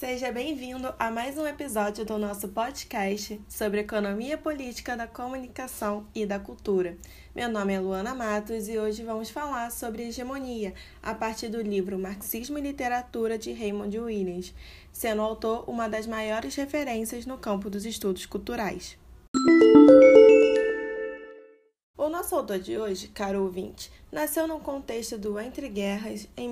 Seja bem-vindo a mais um episódio do nosso podcast sobre economia política da comunicação e da cultura. Meu nome é Luana Matos e hoje vamos falar sobre hegemonia a partir do livro Marxismo e Literatura de Raymond Williams, sendo o autor uma das maiores referências no campo dos estudos culturais. O nosso autor de hoje, caro ouvinte, nasceu no contexto do Entre Guerras em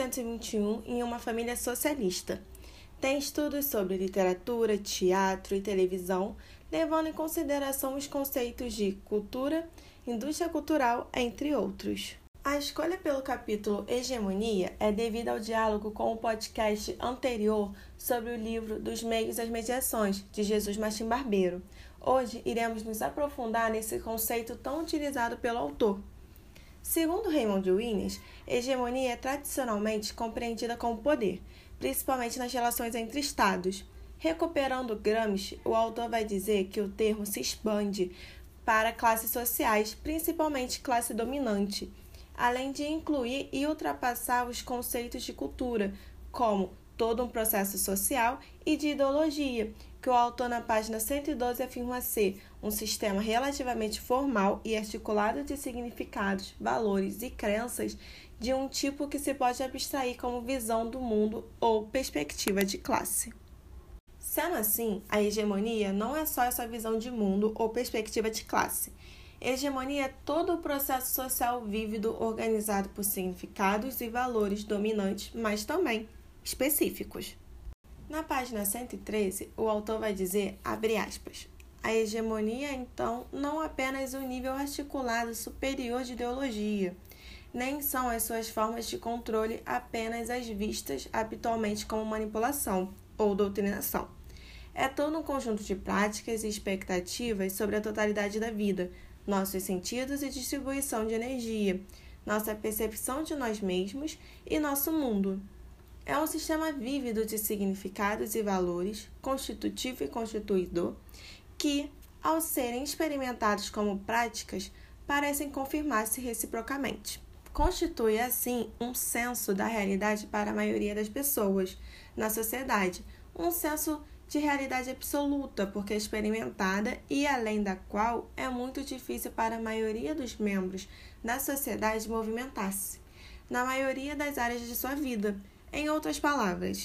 1921 em uma família socialista. Tem estudos sobre literatura, teatro e televisão, levando em consideração os conceitos de cultura, indústria cultural, entre outros. A escolha pelo capítulo Hegemonia é devido ao diálogo com o podcast anterior sobre o livro Dos Meios às Mediações, de Jesus Martim Barbeiro. Hoje, iremos nos aprofundar nesse conceito tão utilizado pelo autor. Segundo Raymond Williams, hegemonia é tradicionalmente compreendida como poder, principalmente nas relações entre estados. Recuperando Gramsci, o autor vai dizer que o termo se expande para classes sociais, principalmente classe dominante, além de incluir e ultrapassar os conceitos de cultura, como todo um processo social e de ideologia, que o autor na página 112 afirma ser um sistema relativamente formal e articulado de significados, valores e crenças de um tipo que se pode abstrair como visão do mundo ou perspectiva de classe. Sendo assim, a hegemonia não é só essa visão de mundo ou perspectiva de classe. Hegemonia é todo o processo social vívido organizado por significados e valores dominantes, mas também específicos. Na página 113, o autor vai dizer, abre aspas, a hegemonia, então, não apenas um nível articulado superior de ideologia, nem são as suas formas de controle apenas as vistas habitualmente como manipulação ou doutrinação. É todo um conjunto de práticas e expectativas sobre a totalidade da vida, nossos sentidos e distribuição de energia, nossa percepção de nós mesmos e nosso mundo. É um sistema vívido de significados e valores, constitutivo e constituidor, que, ao serem experimentados como práticas, parecem confirmar-se reciprocamente. Constitui, assim, um senso da realidade para a maioria das pessoas na sociedade, um senso de realidade absoluta, porque experimentada e além da qual é muito difícil para a maioria dos membros da sociedade movimentar-se, na maioria das áreas de sua vida. Em outras palavras,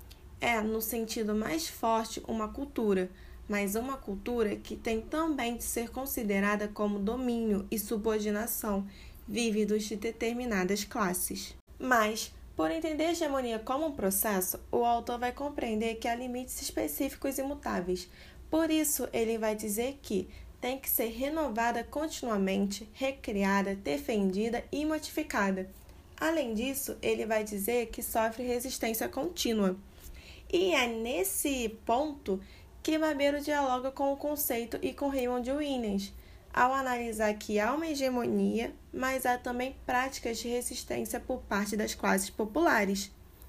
é, no sentido mais forte, uma cultura, mas uma cultura que tem também de ser considerada como domínio e subordinação vívidos de determinadas classes. Mas, por entender a hegemonia como um processo, o autor vai compreender que há limites específicos e imutáveis. Por isso, ele vai dizer que tem que ser renovada continuamente, recriada, defendida e modificada. Além disso, ele vai dizer que sofre resistência contínua. E é nesse ponto que Barbeiro dialoga com o conceito e com Raymond Williams, ao analisar que há uma hegemonia, mas há também práticas de resistência por parte das classes populares.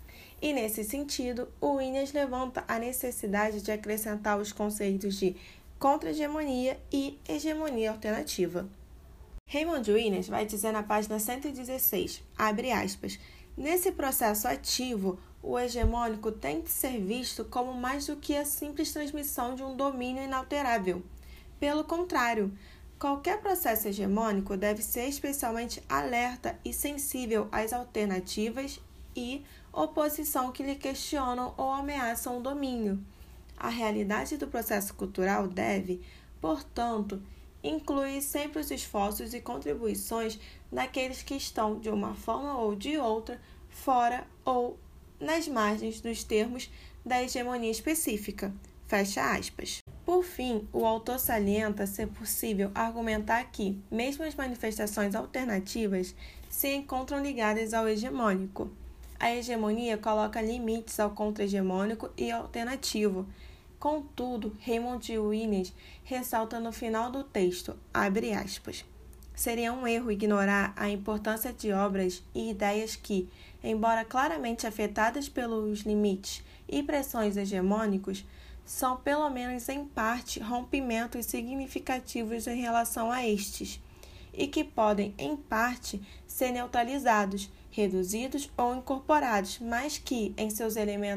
E nesse sentido, o Williams levanta a necessidade de acrescentar os conceitos de contra-hegemonia e hegemonia alternativa. Raymond Williams vai dizer na página 116, abre aspas, nesse processo ativo, o hegemônico tem que ser visto como mais do que a simples transmissão de um domínio inalterável. Pelo contrário, qualquer processo hegemônico deve ser especialmente alerta e sensível às alternativas e oposição que lhe questionam ou ameaçam o domínio. A realidade do processo cultural deve, portanto, incluir sempre os esforços e contribuições daqueles que estão, de uma forma ou de outra, fora ou nas margens dos termos da hegemonia específica. Fecha aspas. Por fim, o autor salienta ser possível argumentar que, mesmo as manifestações alternativas, se encontram ligadas ao hegemônico. A hegemonia coloca limites ao contra-hegemônico e alternativo. Contudo, Raymond Williams ressalta no final do texto, abre aspas, seria um erro ignorar a importância de obras e ideias que, embora claramente afetadas pelos limites e pressões hegemônicos, são pelo menos em parte rompimentos significativos em relação a estes, e que podem, em parte, ser neutralizados, reduzidos ou incorporados, mas que, em seus elementos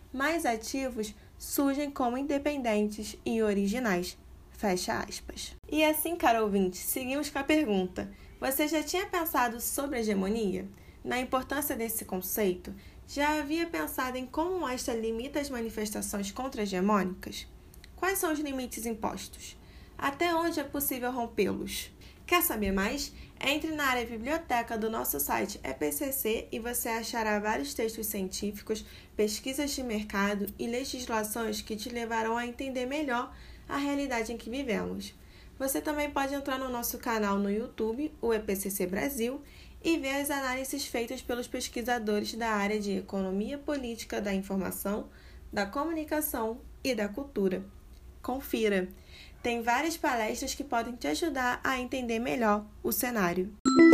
mais ativos surgem como independentes e originais. Fecha aspas. E assim, caro ouvinte, seguimos com a pergunta. Você já tinha pensado sobre a hegemonia? Na importância desse conceito? Já havia pensado em como esta limita as manifestações contra-hegemônicas? Quais são os limites impostos? Até onde é possível rompê-los? Quer saber mais? Entre na área biblioteca do nosso site EPCC e você achará vários textos científicos, pesquisas de mercado e legislações que te levarão a entender melhor a realidade em que vivemos. Você também pode entrar no nosso canal no YouTube, o EPCC Brasil, e ver as análises feitas pelos pesquisadores da área de Economia Política da Informação, da Comunicação e da Cultura. Confira! Tem várias palestras que podem te ajudar a entender melhor o cenário.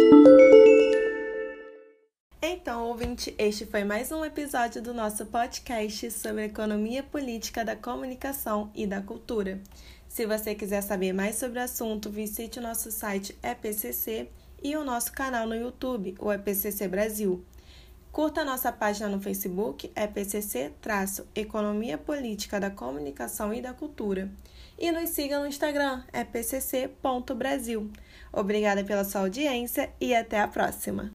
Então, ouvinte, este foi mais um episódio do nosso podcast sobre economia política da comunicação e da cultura. Se você quiser saber mais sobre o assunto, visite o nosso site EPCC e o nosso canal no YouTube, o EPCC Brasil. Curta a nossa página no Facebook, EPCC-Economia Política da Comunicação e da Cultura. E nos siga no Instagram, epcc.brasil. Obrigada pela sua audiência e até a próxima!